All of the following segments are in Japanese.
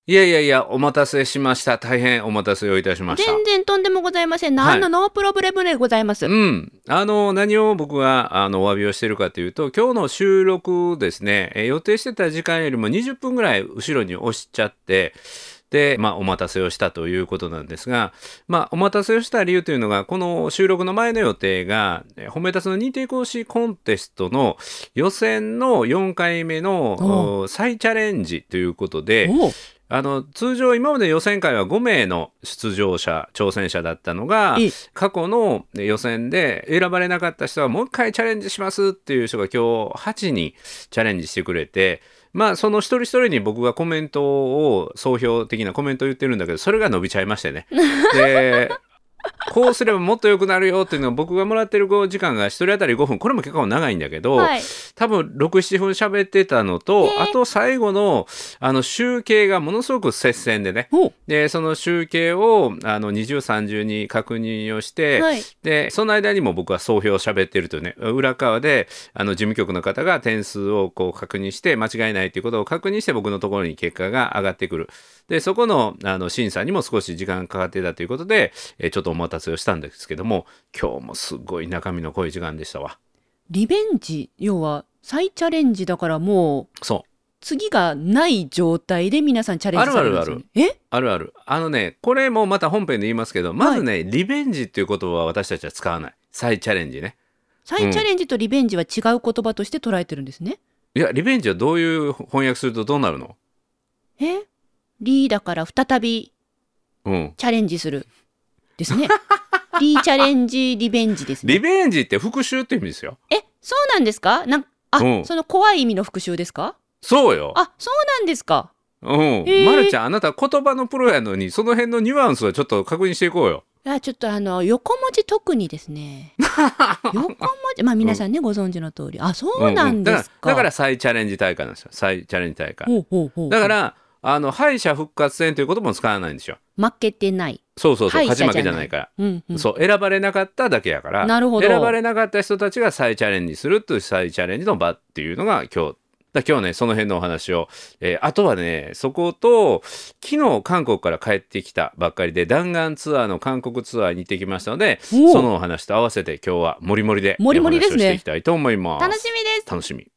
いやいやいや、お待たせしました。大変お待たせをいたしました。 全然とんでもございません。何のノープロブレムでございます。 何を僕がお詫びをしているかというと、今日の収録ですね、予定してた時間よりも20分ぐらい後ろに押しちゃって、で、お待たせをしたということなんですが、お待たせをした理由というのが、この収録の前の予定が、褒め立つの認定講師コンテストの予選の4回目の再チャレンジということで、通常今まで予選会は5名の出場者挑戦者だったのが、過去の予選で選ばれなかった人はもう一回チャレンジしますっていう人が今日8人チャレンジしてくれて、その一人一人に僕がコメントを総評的なコメントを言ってるんだけど、それが伸びちゃいましてね。でこうすればもっと良くなるよっていうのは、僕がもらってる時間が1人当たり5分、これも結構長いんだけど、多分 6,7 分喋ってたのと、あと最後の集計がものすごく接戦でね、でその集計を二重三重に確認をして、でその間にも僕は総評を喋ってるというね、裏側で事務局の方が点数をこう確認して間違いないということを確認して、僕のところに結果が上がってくる。でそこの審査にも少し時間かかってたということで、ちょっとお待たせをしたんですけども、今日もすごい中身の濃い時間でしたわ。 リベンジ、要は再チャレンジだから、もう次がない状態で皆さんチャレンジされるんですよね。 あるある。これもまた本編で言いますけど、まずね、リベンジっていう言葉は私たちは使わない。再チャレンジね。 再チャレンジとリベンジは違う言葉として捉えてるんですね。 いや、リベンジはどういう翻訳するとどうなるの？ リーだから再びチャレンジするですね。リーチャレンジリベンジですね。 リベンジって復讐って意味ですよ。 そうなんですか？その怖い意味の復讐ですか？ そうよ。 そうなんですか。 まるちゃん、あなた言葉のプロやのに、その辺のニュアンスはちょっと確認していこうよ。 ちょっと横文字特にですね。横文字、皆さんね、ご存知の通り。そうなんですか。 だから再チャレンジ大会なんですよ。再チャレンジ大会。だから敗者復活戦ということも使わないんですよ。 負けてない。 そう勝ち負けじゃないから、選ばれなかっただけやから。 なるほど。 選ばれなかった人たちが再チャレンジするという再チャレンジの場っていうのが今日ね、その辺のお話を、あとはね、そこと昨日韓国から帰ってきたばっかりで、弾丸ツアーの韓国ツアーに行ってきましたので、そのお話と合わせて今日はもりもりでお話をしていきたいと思います。 楽しみです。 楽しみ。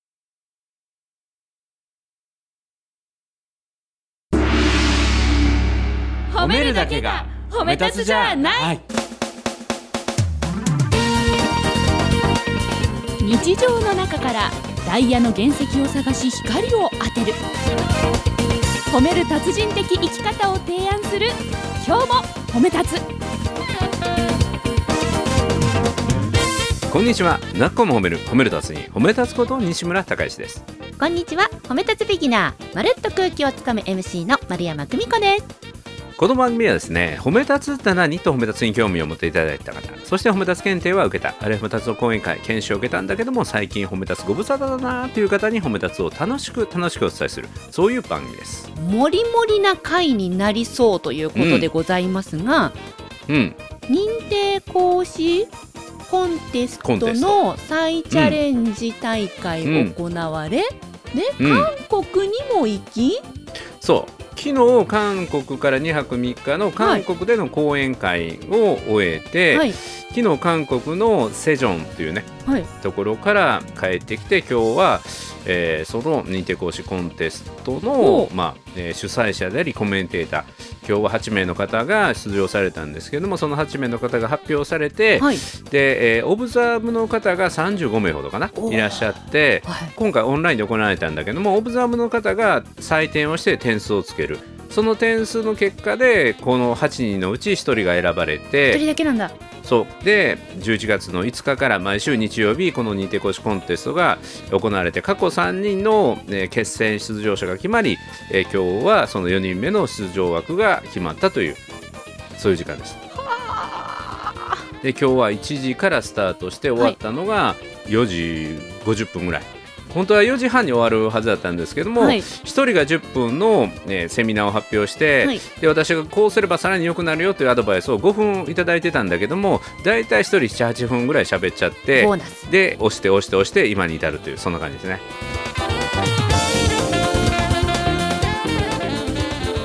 褒めるだけが褒め立つじゃない。日常の中からダイヤの原石を探し、光を当てる。褒める達人的生き方を提案する、今日も褒め立つ。 こんにちは。なっこも褒める達人、褒め立つこと西村孝之です。 こんにちは。褒め立つビギナー、まるっと空気をつかむ MC の丸山久美子です。 この番組はですね、褒め立つって何と褒め立つに興味を持っていただいた方、そして褒め立つ検定は受けた、あるいは褒め立つの講演会研修を受けたんだけども、最近褒め立つご無沙汰だなという方に褒め立つを楽しくお伝えする、そういう番組です。 もりもりな回になりそうということでございますが、認定講師コンテストの再チャレンジ大会行われ、韓国にも行き、 昨日韓国から2泊3日の韓国での講演会を終えて、昨日韓国のセジョンというね、ところから帰ってきて、今日は、その認定講師コンテストの、主催者でありコメンテーター、今日は8名の方が出場されたんですけども、その8名の方が発表されて、で、オブザーブの方が35名ほどかないらっしゃって、今回オンラインで行われたんだけども、オブザーブの方が採点をして点数をつける。その点数の結果でこの8人のうち1人が選ばれて、 1人だけなんだ。 で11月の5日から毎週日曜日、この認定講師コンテストが行われて、過去3人の、決選出場者が決まり、今日はその4人目の出場枠が決まったという、そういう時間です。で今日は1時からスタートして終わったのが4時50分ぐらい。本当は4時半に終わるはずだったんですけども、1人が10分の、セミナーを発表して、で私がこうすればさらに良くなるよというアドバイスを5分いただいてたんだけども、だいたい1人 7,8 分ぐらい喋っちゃって、で押して今に至るという、そんな感じですね。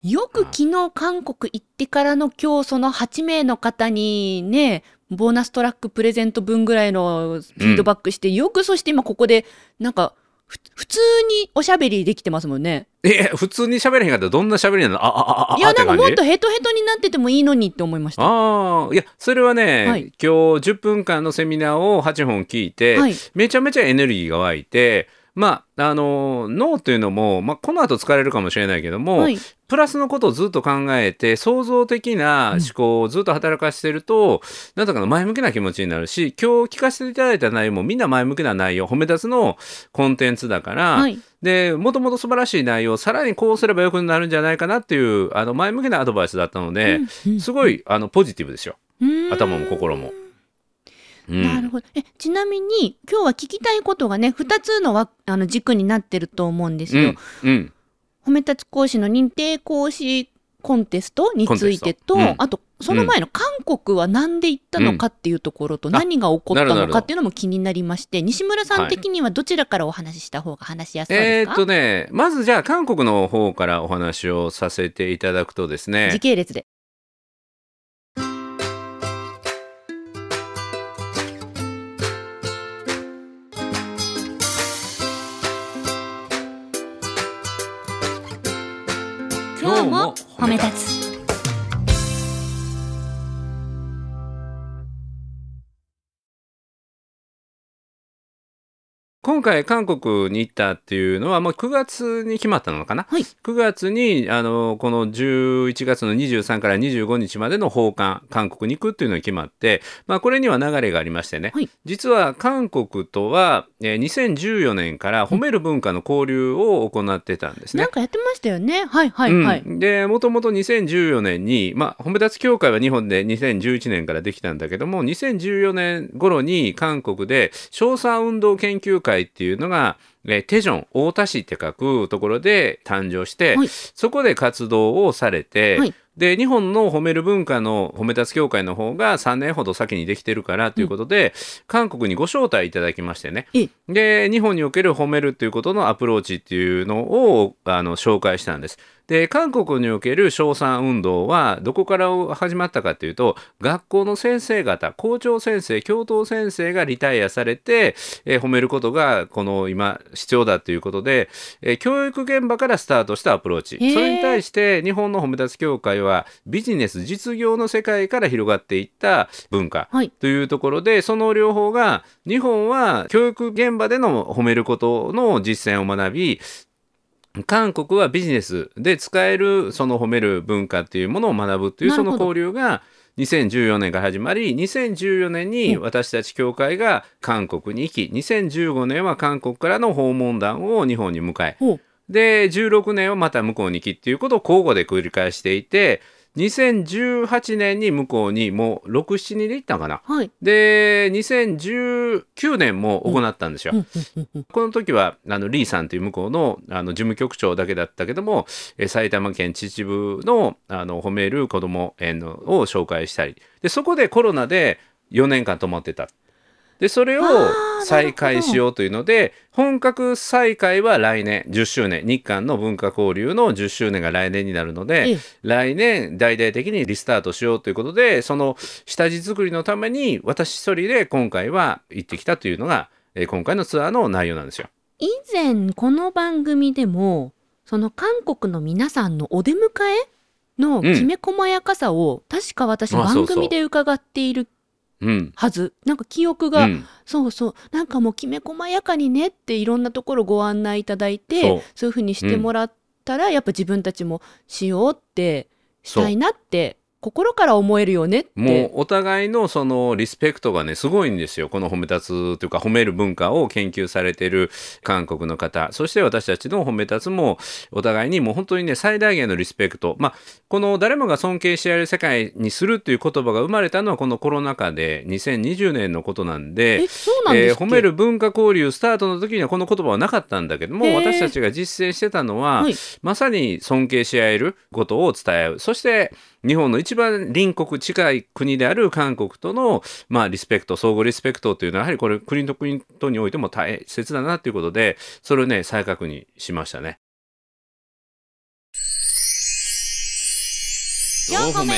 よく昨日韓国行ってからの今日その8名の方にね、ボーナストラックプレゼント分ぐらいのフィードバックして、よくそして今ここでなんか普通におしゃべりできてますもんね。 普通に喋れへんかったらどんな喋りなの？ いや、なんかもっとヘトヘトになっててもいいのにって思いました。 いや、それはね、今日10分間のセミナーを8本聞いて、めちゃめちゃエネルギーが湧いて、脳というのも、この後疲れるかもしれないけども、プラスのことをずっと考えて創造的な思考をずっと働かせてると、なんとかの前向きな気持ちになるし、今日聞かせていただいた内容もみんな前向きな内容、褒め立つのコンテンツだから、でもともと素晴らしい内容、さらにこうすればよくなるんじゃないかなっていう前向きなアドバイスだったので、すごいポジティブですよ、頭も心も。 なるほど。ちなみに今日は聞きたいことがね、2つの軸になってると思うんですよ。褒め立つ講師の認定講師コンテストについてと、あとその前の韓国は何で行ったのかっていうところと、何が起こったのかっていうのも気になりまして、西村さん的にはどちらからお話しした方が話しやすそうですか？ まずじゃあ韓国の方からお話をさせていただくとですね、 時系列で。今日も褒め立つ。 今回韓国に行ったっていうのはもう9月に決まったのかな、9月にこの11月の23から25日までの訪韓、韓国に行くっていうのが決まって、これには流れがありましてね、実は韓国とは2014年から褒める文化の交流を行ってたんですね。 なんかやってましたよね。 でもともと2014年に、褒め立つ協会は日本で2011年からできたんだけども、2014年頃に韓国で賞賛運動研究会っていうのがテジョン、太田市って書くところで誕生して、そこで活動をされて、で日本の褒める文化の褒め立つ協会の方が3年ほど先にできてるからということで、韓国にご招待いただきましてね、で日本における褒めるということのアプローチっていうのを紹介したんです。で韓国における賞賛運動はどこから始まったかというと、学校の先生方、校長先生、教頭先生がリタイアされて、褒めることがこの今必要だということで、教育現場からスタートしたアプローチ、それに対して日本の褒め立つ協会はビジネス実業の世界から広がっていった文化というところで、その両方が、日本は教育現場での褒めることの実践を学び、韓国はビジネスで使えるその褒める文化っていうものを学ぶという、その交流が2014年から始まり、2014年に私たち協会が韓国に行き、2015年は韓国からの訪問団を日本に迎え、で16年はまた向こうに行きっていうことを交互で繰り返していて、2018年に向こうにもう6、7人で行ったかな、で2019年も行ったんですよ。この時はリーさんという向こうの事務局長だけだったけども、埼玉県秩父の褒める子ども園を紹介したりで、そこでコロナで4年間泊まってた。でそれを再開しようというので、本格再開は来年10周年、日韓の文化交流の10周年が来年になるので、来年大々的にリスタートしようということで、その下地作りのために私一人で今回は行ってきたというのが今回のツアーの内容なんですよ。 以前この番組でもその韓国の皆さんのお出迎えのきめ細やかさを、確か私番組で伺っているはず、なんか記憶が、なんかもうきめ細やかにねっていろんなところご案内いただいて、そういう風にしてもらったら、やっぱ自分たちもしようってしたいなって心から思えるよねって。 もうお互いのそのリスペクトがねすごいんですよ。この褒め立つというか褒める文化を研究されている韓国の方、そして私たちの褒め立つもお互いにもう本当にね最大限のリスペクト、この誰もが尊敬し合える世界にするという言葉が生まれたのはこのコロナ禍で2020年のことなんで、褒める文化交流スタートの時にはこの言葉はなかったんだけども、私たちが実践してたのは、まさに尊敬し合えることを伝え合う、そして日本の一番隣国近い国である韓国との、リスペクト、相互リスペクトというのはやはりこれ国と国とにおいても大切だなということで、それをね再確認しましたね。 4歩目。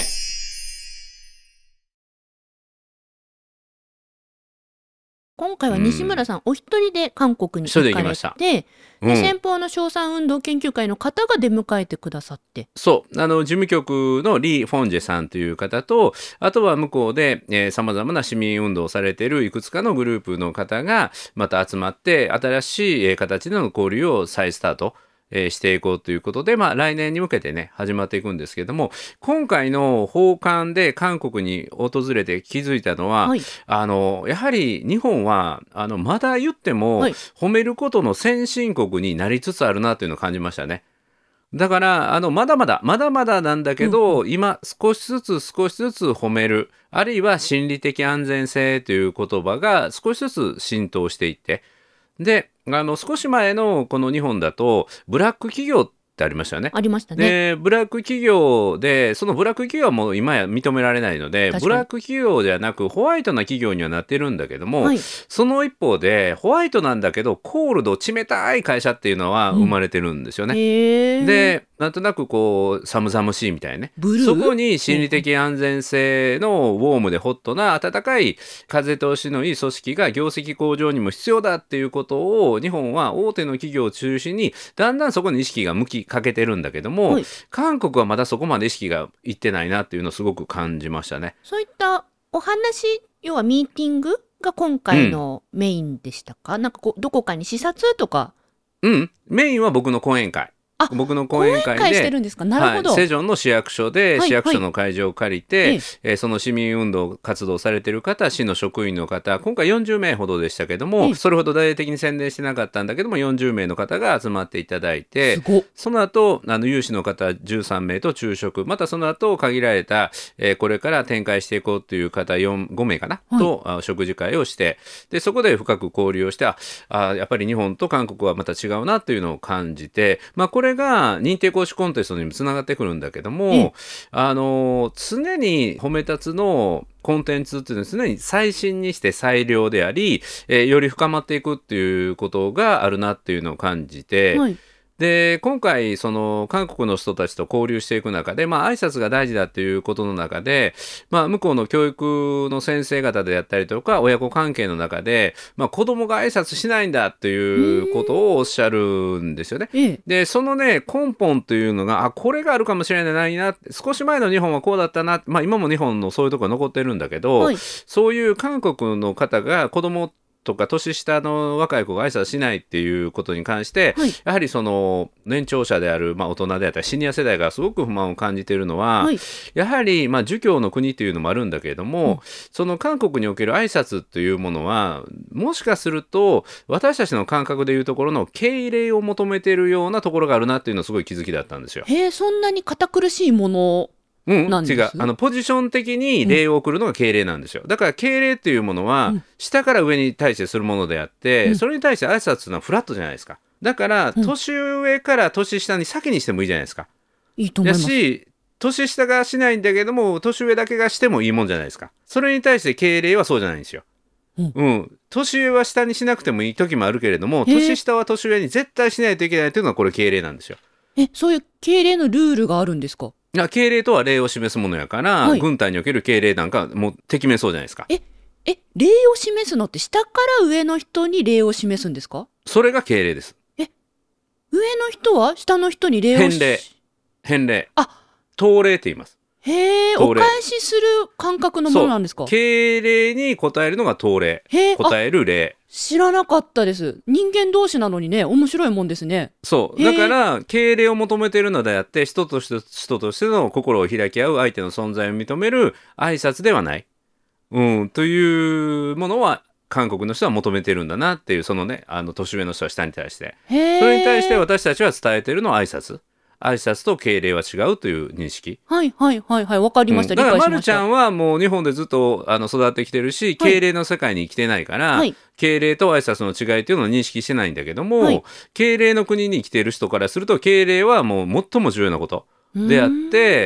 今回は西村さん、お一人で韓国に行かれて、先方の商産運動研究会の方が出迎えてくださって。 そう、事務局のリ・フォンジェさんという方と、あとは向こうでさまざまな市民運動をされているいくつかのグループの方がまた集まって、新しい形での交流を再スタートしていこうということで、来年に向けてね始まっていくんですけども、今回の訪韓で韓国に訪れて気づいたのは、やはり日本はまだ言っても褒めることの先進国になりつつあるなというのを感じましたね。だからまだまだなんだけど、今少しずつ褒める、あるいは心理的安全性という言葉が少しずつ浸透していって、で少し前のこの日本だとブラック企業ってありましたよね。 ありましたね。 でブラック企業で、そのブラック企業はもう今や認められないので、ブラック企業じゃなくホワイトな企業にはなってるんだけども、その一方でホワイトなんだけどコールド冷たい会社っていうのは生まれてるんですよね。でなんとなくこう寒々しいみたいね。そこに心理的安全性のウォームでホットな温かい風通しのいい組織が業績向上にも必要だっていうことを、日本は大手の企業を中心にだんだんそこに意識が向きかけてるんだけども、韓国はまだそこまで意識がいってないなっていうのをすごく感じましたね。 そういったお話、要はミーティングが今回のメインでしたか？なんかどこかに視察とか？ メインは僕の講演会。僕の講演会でしてるんですか？なるほど。 セジョンの市役所で市役所の会場を借りて、その市民運動活動されている方、市の職員の方、今回40名ほどでしたけども、それほど大々的に宣伝してなかったんだけども40名の方が集まっていただいて、その後有志の方13名と昼食、またその後限られた、これから展開していこうという方5名かな、と食事会をして、でそこで深く交流をして、やっぱり日本と韓国はまた違うなというのを感じて、これが認定講師コンテストにもつながってくるんだけども、常に褒め立つのコンテンツっていうのは常に最新にして最良であり、より深まっていくっていうことがあるなっていうのを感じて、で今回その韓国の人たちと交流していく中で、挨拶が大事だっていうことの中で、向こうの教育の先生方であったりとか親子関係の中で、子供が挨拶しないんだっていうことをおっしゃるんですよね。でそのね根本というのがこれがあるかもしれないな、少し前の日本はこうだったな、今も日本のそういうところが残ってるんだけど、そういう韓国の方が子供とか年下の若い子が挨拶しないっていうことに関して、やはりその年長者である、大人であったりシニア世代がすごく不満を感じているのは、やはり儒教の国というのもあるんだけれども、その韓国における挨拶というものはもしかすると私たちの感覚でいうところの敬礼を求めているようなところがあるなっていうのはすごい気づきだったんですよ。 そんなに堅苦しいもの違う、ポジション的に礼を送るのが敬礼なんですよ。だから敬礼っていうものは下から上に対してするものであって、それに対して挨拶っていうのはフラットじゃないですか。だから年上から年下に先にしてもいいじゃないですか。 いいと思います。 だし年下がしないんだけども年上だけがしてもいいもんじゃないですか。それに対して敬礼はそうじゃないんですよ。年上は下にしなくてもいい時もあるけれども、年下は年上に絶対しないといけないというのがこれ敬礼なんですよ。 そういう敬礼のルールがあるんですか？ 敬礼とは礼を示すものやから、軍隊における敬礼なんかもうてきめんそうじゃないですか。 礼を示すのって下から上の人に礼を示すんですか？ それが敬礼です。 上の人は下の人に礼を返礼当礼って言います。 お返しする感覚のものなんですか？ 敬礼に応えるのが当礼、応える礼。 知らなかったです。人間同士なのにね、面白いもんですね。 そうだから敬礼を求めているのであって、人としての心を開き合う相手の存在を認める挨拶ではない、というものは韓国の人は求めてるんだなっていう、そのね年上の人は下に対して、それに対して私たちは伝えてるのは挨拶と敬礼は違うという認識。 わかりました、理解しました。 だからまるちゃんはもう日本でずっと育ってきてるし、敬礼の世界に生きてないから、敬礼と挨拶の違いというのを認識してないんだけども、敬礼の国に生きている人からすると敬礼はもう最も重要なことであって、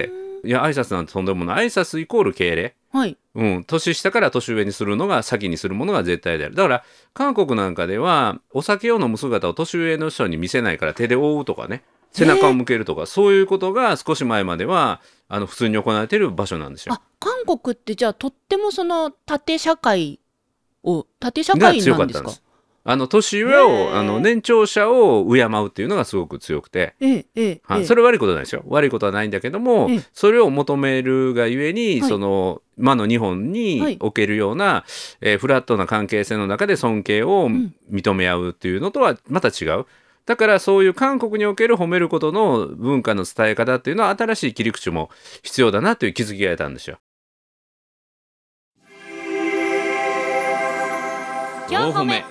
いや挨拶なんてとんでもない、挨拶イコール敬礼、年下から年上にするのが先にするものが絶対である。だから韓国なんかではお酒を飲む姿を年上の人に見せないから手で覆うとかね、 背中を向けるとか、そういうことが少し前までは普通に行われている場所なんですよ。 韓国ってじゃあとってもその縦社会がなんですか？ 強かったんです。年上を年長者を敬うっていうのがすごく強くて、それ悪いことないですよ。悪いことはないんだけども、それを求めるがゆえに、 はいその魔の日本におけるような、フラットな関係性の中で尊敬を認め合うっていうのとはまた違う。だからそういう韓国における褒めることの文化の伝え方っていうのは新しい切り口も必要だなという気づきが得たんですよ。 4歩目。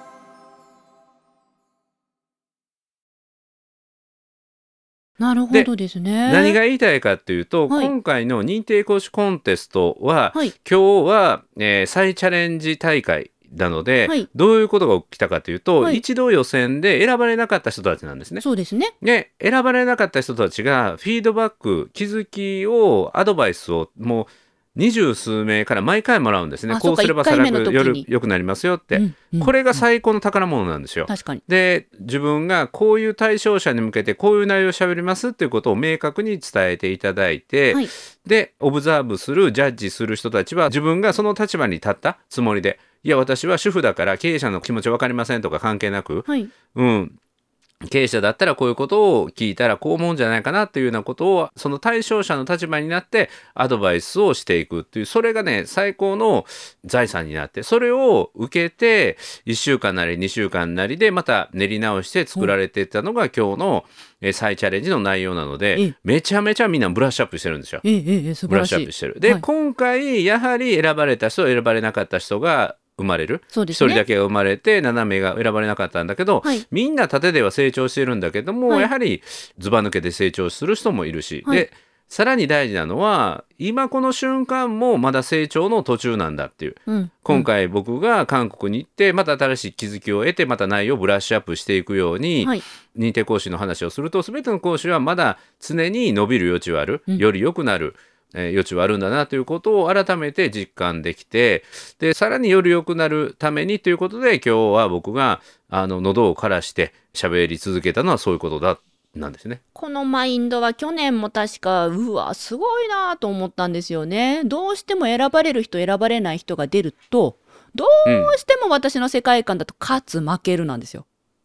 なるほどですね。 何が言いたいかっていうと、 はい今回の認定講師コンテストは、 はい今日は、再チャレンジ大会なので、 はいどういうことが起きたかというと、 はい一度予選で選ばれなかった人たちなんですね。 そうですね。 で、選ばれなかった人たちがフィードバック、気づきを、アドバイスをもう20数名から毎回もらうんですね。こうすればさらく良くなりますよって、これが最高の宝物なんですよ。 確かに。 で、自分がこういう対象者に向けてこういう内容をしゃべりますっていうことを明確に伝えていただいて、 はいでオブザーブするジャッジする人たちは自分がその立場に立ったつもりで、いや私は主婦だから経営者の気持ち分かりませんとか関係なく、 はい経営者だったらこういうことを聞いたらこう思うんじゃないかなっていうようなことをその対象者の立場になってアドバイスをしていくっていう、それがね最高の財産になって、それを受けて1週間なり2週間なりでまた練り直して作られていったのが今日の再チャレンジの内容なので、めちゃめちゃみんなブラッシュアップしてるんですよ。 素晴ブラッらしい。 シュアップしてる。で、 はい、 今回やはり選ばれた人選ばれなかった人が生まれる。1 そうですね。 人だけが生まれて7名が選ばれなかったんだけど、 はいみんな縦では成長してるんだけども、 はいやはりずば抜けて成長する人もいるし、 はいでさらに大事なのは今この瞬間もまだ成長の途中なんだっていう、今回僕が韓国に行ってまた新しい気づきを得てまた内容をブラッシュアップしていくように、 はい認定講師の話をすると全ての講師はまだ常に伸びる余地はある、より良くなる余地はあるんだなということを改めて実感できて、でさらにより良くなるためにということで今日は僕が喉を枯らして喋り続けたのはそういうことだなんですね。 このマインドは去年も確かうわすごいなと思ったんですよね。どうしても選ばれる人選ばれない人が出るとどうしても私の世界観だと勝つ負けるなんですよ。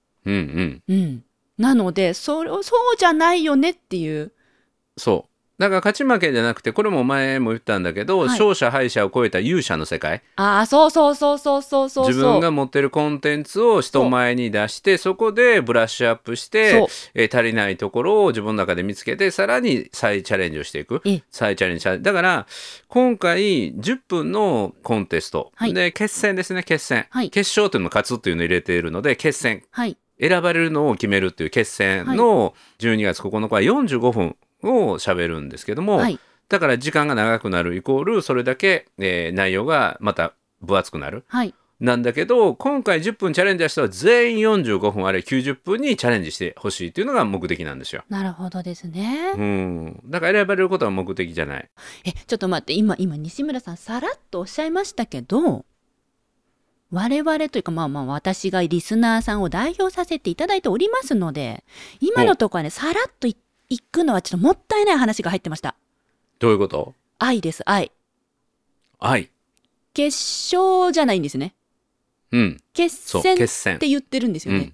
なのでそうじゃないよねっていう。 そうだから勝ち負けじゃなくて、これも前も言ったんだけど、勝者敗者を超えた勇者の世界。 そう自分が持ってるコンテンツを人前に出して、そこでブラッシュアップして、足りないところを自分の中で見つけてさらに再チャレンジをしていく。再チャレンジだから今回10分のコンテスト、で決戦ですね。決勝というのも勝つというのを入れているので決戦、選ばれるのを決めるという決戦の12月9日は45分を喋るんですけども、だから時間が長くなるイコールそれだけ、内容がまた分厚くなる、なんだけど今回10分チャレンジした人は全員45分あるいは90分にチャレンジしてほしいというのが目的なんですよ。 なるほどですね。 だから選ばれることは目的じゃない。 ちょっと待って、今西村さんさらっとおっしゃいましたけど、我々というか私がリスナーさんを代表させていただいておりますので、今のところはねさらっと行くのはちょっともったいない話が入ってました。 どういうこと？ 愛です。愛決勝じゃないんですね。決戦って言ってるんですよね。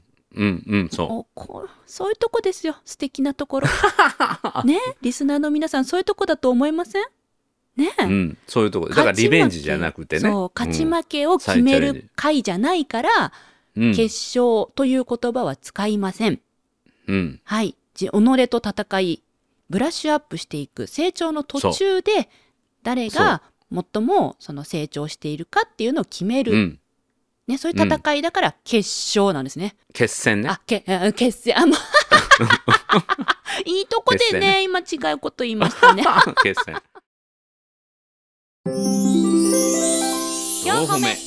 そういうとこですよ、素敵なところね、リスナーの皆さんそういうとこだと思いませんね。 そういうとこだからリベンジじゃなくてね、 勝ち負けを決める回じゃないから、決勝という言葉は使いません。己と戦いブラッシュアップしていく成長の途中で誰が最もその成長しているかっていうのを決める、そういう戦いだから決勝なんですね。 決戦ね。 決戦いいとこでね今違うこと言いましたね。 決戦 4歩目。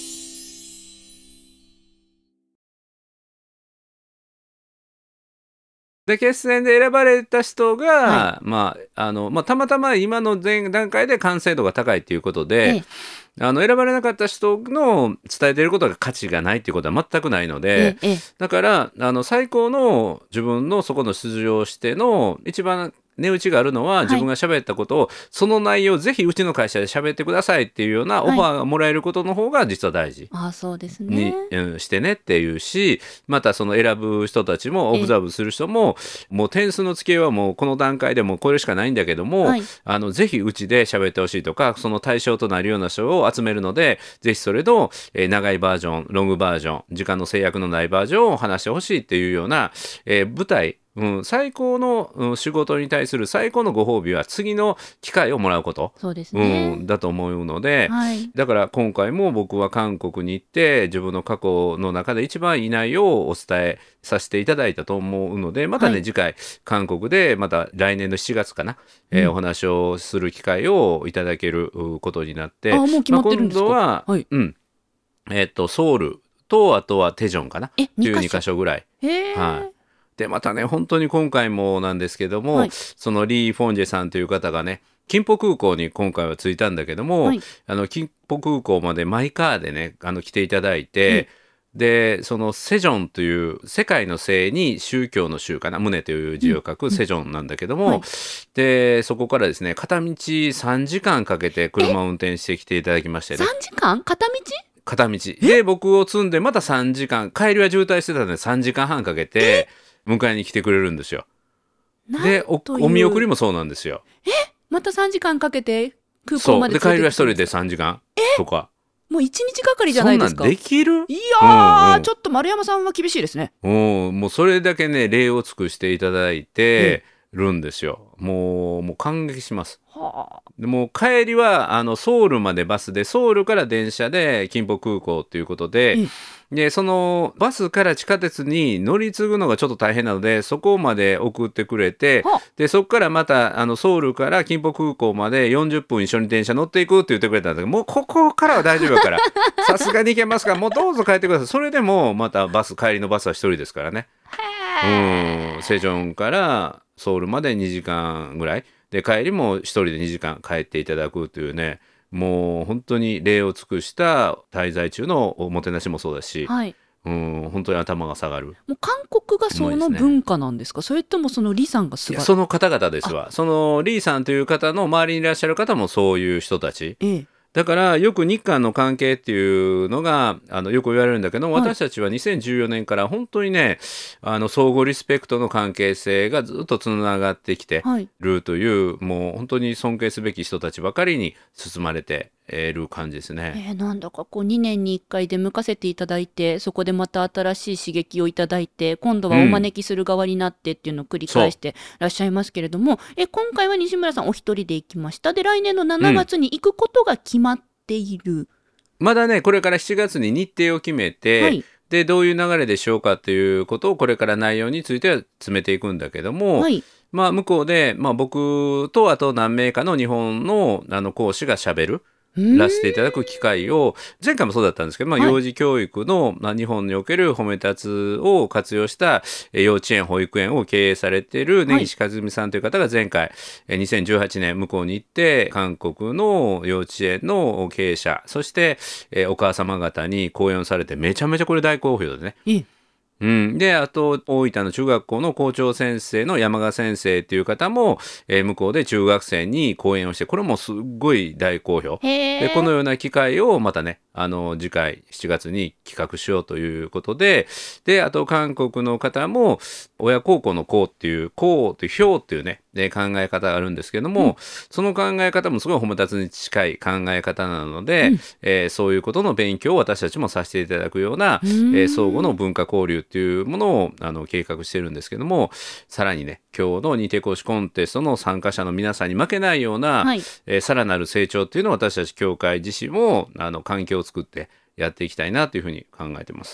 で決選で選ばれた人が、たまたま今の前段階で完成度が高いということで、選ばれなかった人の伝えていることが価値がないということは全くないので、だから最高の自分のそこの出場しての一番値打ちがあるのは、自分が喋ったことを、その内容をぜひうちの会社で喋ってくださいっていうようなオファーがもらえることの方が実は大事そうですねに、してねっていうし、またその選ぶ人たちもオブザーブする人も、もう点数の付けはもうこの段階でもこれしかないんだけども、ぜひうちで喋ってほしいとか、その対象となるような人を集めるので、ぜひそれの、長いバージョン、ロングバージョン、時間の制約のないバージョンを話してほしいっていうような、舞台、最高の、仕事に対する最高のご褒美は次の機会をもらうこと、 そうですね、 だと思うので、だから今回も僕は韓国に行って自分の過去の中で一番いい内容をお伝えさせていただいたと思うので、またね、次回韓国でまた来年の7月かな、お話をする機会をいただけることになって、 もう決まってるんですか？ 今度は、ソウルとあとはテジョンかなっていう2カ所ぐらい。でまたね、本当に今回もなんですけども、そのリー・フォンジェさんという方がね、金浦空港に今回は着いたんだけども、金浦空港までマイカーでね来ていただいて、でそのセジョンという世界の聖に宗教の宗かな、宗という字を書くセジョンなんだけども、でそこからですね片道3時間かけて車を運転してきていただきましてね。 3時間片道で僕を積んでまた3時間、帰りは渋滞してたので3時間半かけて迎えに来てくれるんですよ。で お見送りもそうなんですよ。 また3時間かけて空港まで連れてきて、 そうで帰りは一人で3時間とか、 もう1日がかりじゃないですか。 そんなんできる？ いやー、ちょっと丸山さんは厳しいですね。 もうそれだけね礼を尽くしていただいてるんですよ。もう感激します。でも帰りはソウルまでバスで、ソウルから電車で金浦空港ということで、でそのバスから地下鉄に乗り継ぐのがちょっと大変なので、そこまで送ってくれて、でそこからまたソウルから金浦空港まで40分一緒に電車乗っていくって言ってくれたんだけど、もうここからは大丈夫だからさすがに行けますから、もうどうぞ帰ってください。それでもまた帰りのバスは一人ですからね。セジョンからソウルまで2時間ぐらいで、帰りも一人で2時間帰っていただくというね、もう本当に礼を尽くした滞在中のおもてなしもそうだし、本当に頭が下がる。 もう韓国がその文化なんですか？それともそのリさんがすごい？ その方々ですわ。そのリさんという方の周りにいらっしゃる方もそういう人たち、だからよく日韓の関係っていうのがよく言われるんだけど、私たちは2014年から本当にね相互リスペクトの関係性がずっとつながってきてるという、もう本当に尊敬すべき人たちばかりに包まれている感じですね。 なんだかこう2年に1回出向かせていただいて、そこでまた新しい刺激をいただいて、今度はお招きする側になってっていうのを繰り返してらっしゃいますけれども、今回は西村さんお一人で行きました。で来年の7月に行くことが決まっている、 まだねこれから7月に日程を決めて、でどういう流れでしようかということをこれから内容については詰めていくんだけども、向こうで、僕とあと何名かの日本の講師がしゃべるらせていただく機会を、前回もそうだったんですけど、幼児教育の、日本における褒め立つを活用した幼稚園保育園を経営されている根岸和美さんという方が前回2018年向こうに行って韓国の幼稚園の経営者、そしてお母様方に講演をされて、めちゃめちゃこれ大好評でね。であと大分の中学校の校長先生の山賀先生っていう方も、向こうで中学生に講演をして、これもすっごい大好評で、このような機会をまたね次回7月に企画しようということで、あと韓国の方も親孝行の孝っていう孝という表っていうね考え方があるんですけども、その考え方もすごい褒め立つに近い考え方なので、そういうことの勉強を私たちもさせていただくような、相互の文化交流っていうものを計画してるんですけども、さらにね今日の認定講師コンテストの参加者の皆さんに負けないような、さらなる成長っていうのを私たち協会自身も環境を作ってやっていきたいなというふうに考えてます。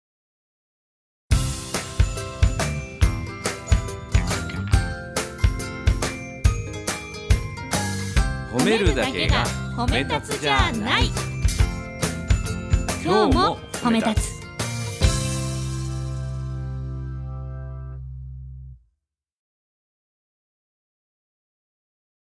褒めるだけが褒め立つじゃない。 今日も褒め立つ。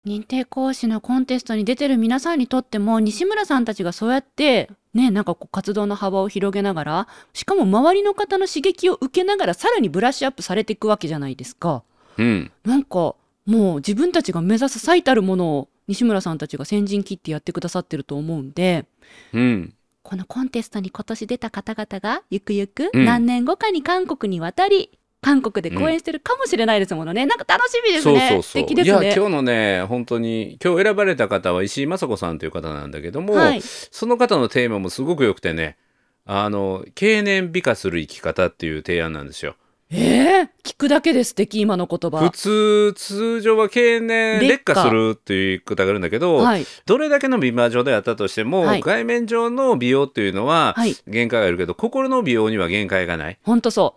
認定講師のコンテストに出てる皆さんにとっても、西村さんたちがそうやってね、なんかこう活動の幅を広げながら、しかも周りの方の刺激を受けながらさらにブラッシュアップされていくわけじゃないですか。なんかもう自分たちが目指す最たるものを西村さんたちが先陣切ってやってくださってると思うんで、このコンテストに今年出た方々がゆくゆく何年後かに韓国に渡り、韓国で講演してるかもしれないですものね。なんか楽しみですね。素敵ですね。 いや、今日のね、本当に今日選ばれた方は石井雅子さんという方なんだけども、その方のテーマもすごく良くてね、経年美化する生き方っていう提案なんですよ。 聞くだけで素敵、今の言葉。 通常は経年劣化するっていう言い方があるんだけど、どれだけの美魔女であったとしても、外面上の美容っていうのは限界があるけど、心の美容には限界がない。 本当そう。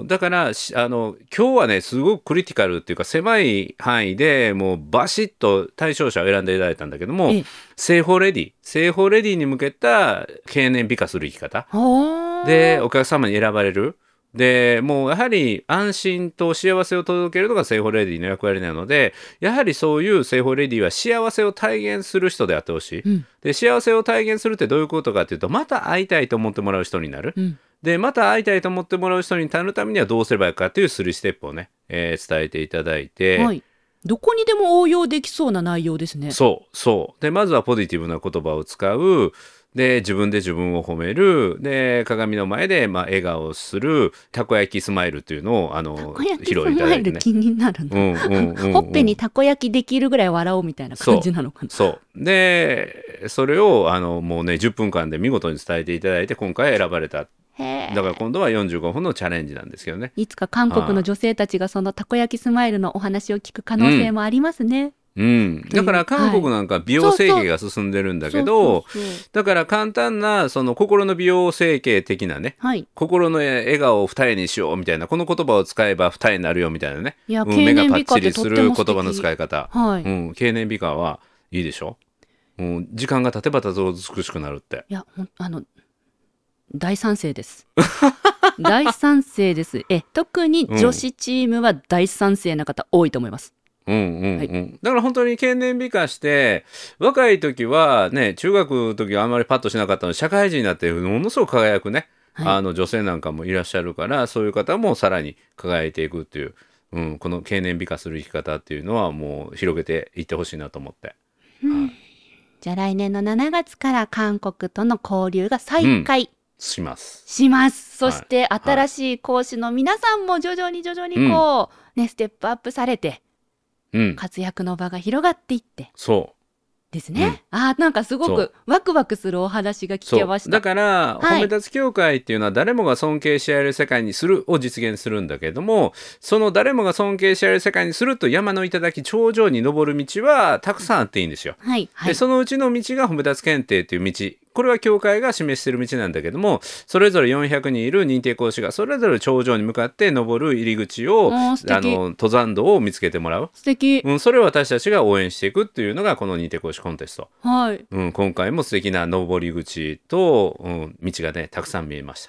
だから今日はね、すごくクリティカルっていうか狭い範囲でもうバシッと対象者を選んでいただいたんだけども、聖法レディに向けた経年美化する生き方でお客様に選ばれる。でもうやはり安心と幸せを届けるのが聖法レディの役割なので、やはりそういう聖法レディは幸せを体現する人であってほしい、で幸せを体現するってどういうことかというと、また会いたいと思ってもらう人になる、でまた会いたいと思ってもらう人になるためにはどうすればいいかという3ステップをね、伝えていただいて、 どこにでも応用できそうな内容ですね。 そうで、まずはポジティブな言葉を使う。で自分で自分を褒める。で鏡の前で笑顔をする。たこ焼きスマイルというのを披露いただいてね。 気になるな。ほっぺにたこ焼きできるぐらい笑おうみたいな感じなのかな。でそれをもうね10分間で見事に伝えていただいて、今回選ばれた。だから今度は45分のチャレンジなんですけどね。 いつか韓国の女性たちがそのたこ焼きスマイルのお話を聞く可能性もありますね。 だから韓国なんか美容整形が進んでるんだけど、だから簡単なその心の美容整形的なね、心の笑顔を二重にしようみたいな、この言葉を使えば二重になるよみたいなね、目がパッチリする言葉の使い方、経年美化はいいでしょ。時間が経てば経つほど美しくなるって。 いや大賛成です大賛成です。特に女子チームは大賛成な方多いと思います。だから本当に経年美化して、若い時はね、中学の時はあんまりパッとしなかったので、社会人になってものすごく輝くね、女性なんかもいらっしゃるから、そういう方もさらに輝いていくっていう、この経年美化する生き方っていうのはもう広げていってほしいなと思って、 じゃあ来年の7月から韓国との交流が再開、 します。 そして新しい講師の皆さんも徐々にこう、ステップアップされて、活躍の場が広がっていって、ですね。なんかすごくワクワクするお話が聞けました。 だから褒め立つ協会っていうのは誰もが尊敬し合える世界にするを実現するんだけれども、その誰もが尊敬し合える世界にすると山の頂頂上に登る道はたくさんあっていいんですよ。でそのうちの道が褒め立つ検定という道、これは教会が示している道なんだけども、それぞれ400人いる認定講師がそれぞれ頂上に向かって登る入り口を、登山道を見つけてもらう。 素敵。 それを私たちが応援していくっていうのがこの認定講師コンテスト。今回も素敵な登り口と、道がねたくさん見えました。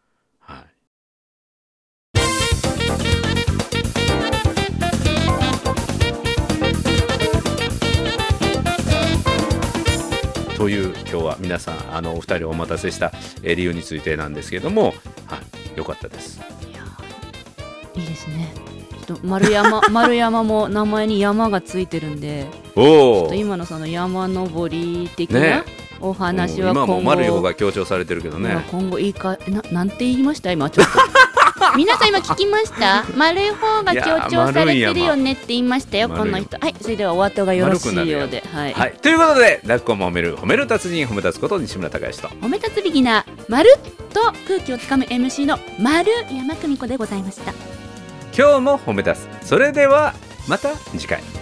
という今日は皆さんお二人お待たせした理由についてなんですけれども、良かったです。 いいですね。丸山も名前に山がついてるんで、ちょっと今のその山登り的なお話は今後、 今も丸い方が強調されてるけどね。 今後いいかなんて言いました今ちょっと皆さん今聞きました？丸い方が強調されてるよねって言いましたよこの人。それではお後がよろしいようで、 ということでラッコも褒める達人褒め立つこと西村孝之と褒め立つビギナーまるっと空気をつかむ MC の丸山久美子でございました。 今日も褒め立つ。それではまた次回。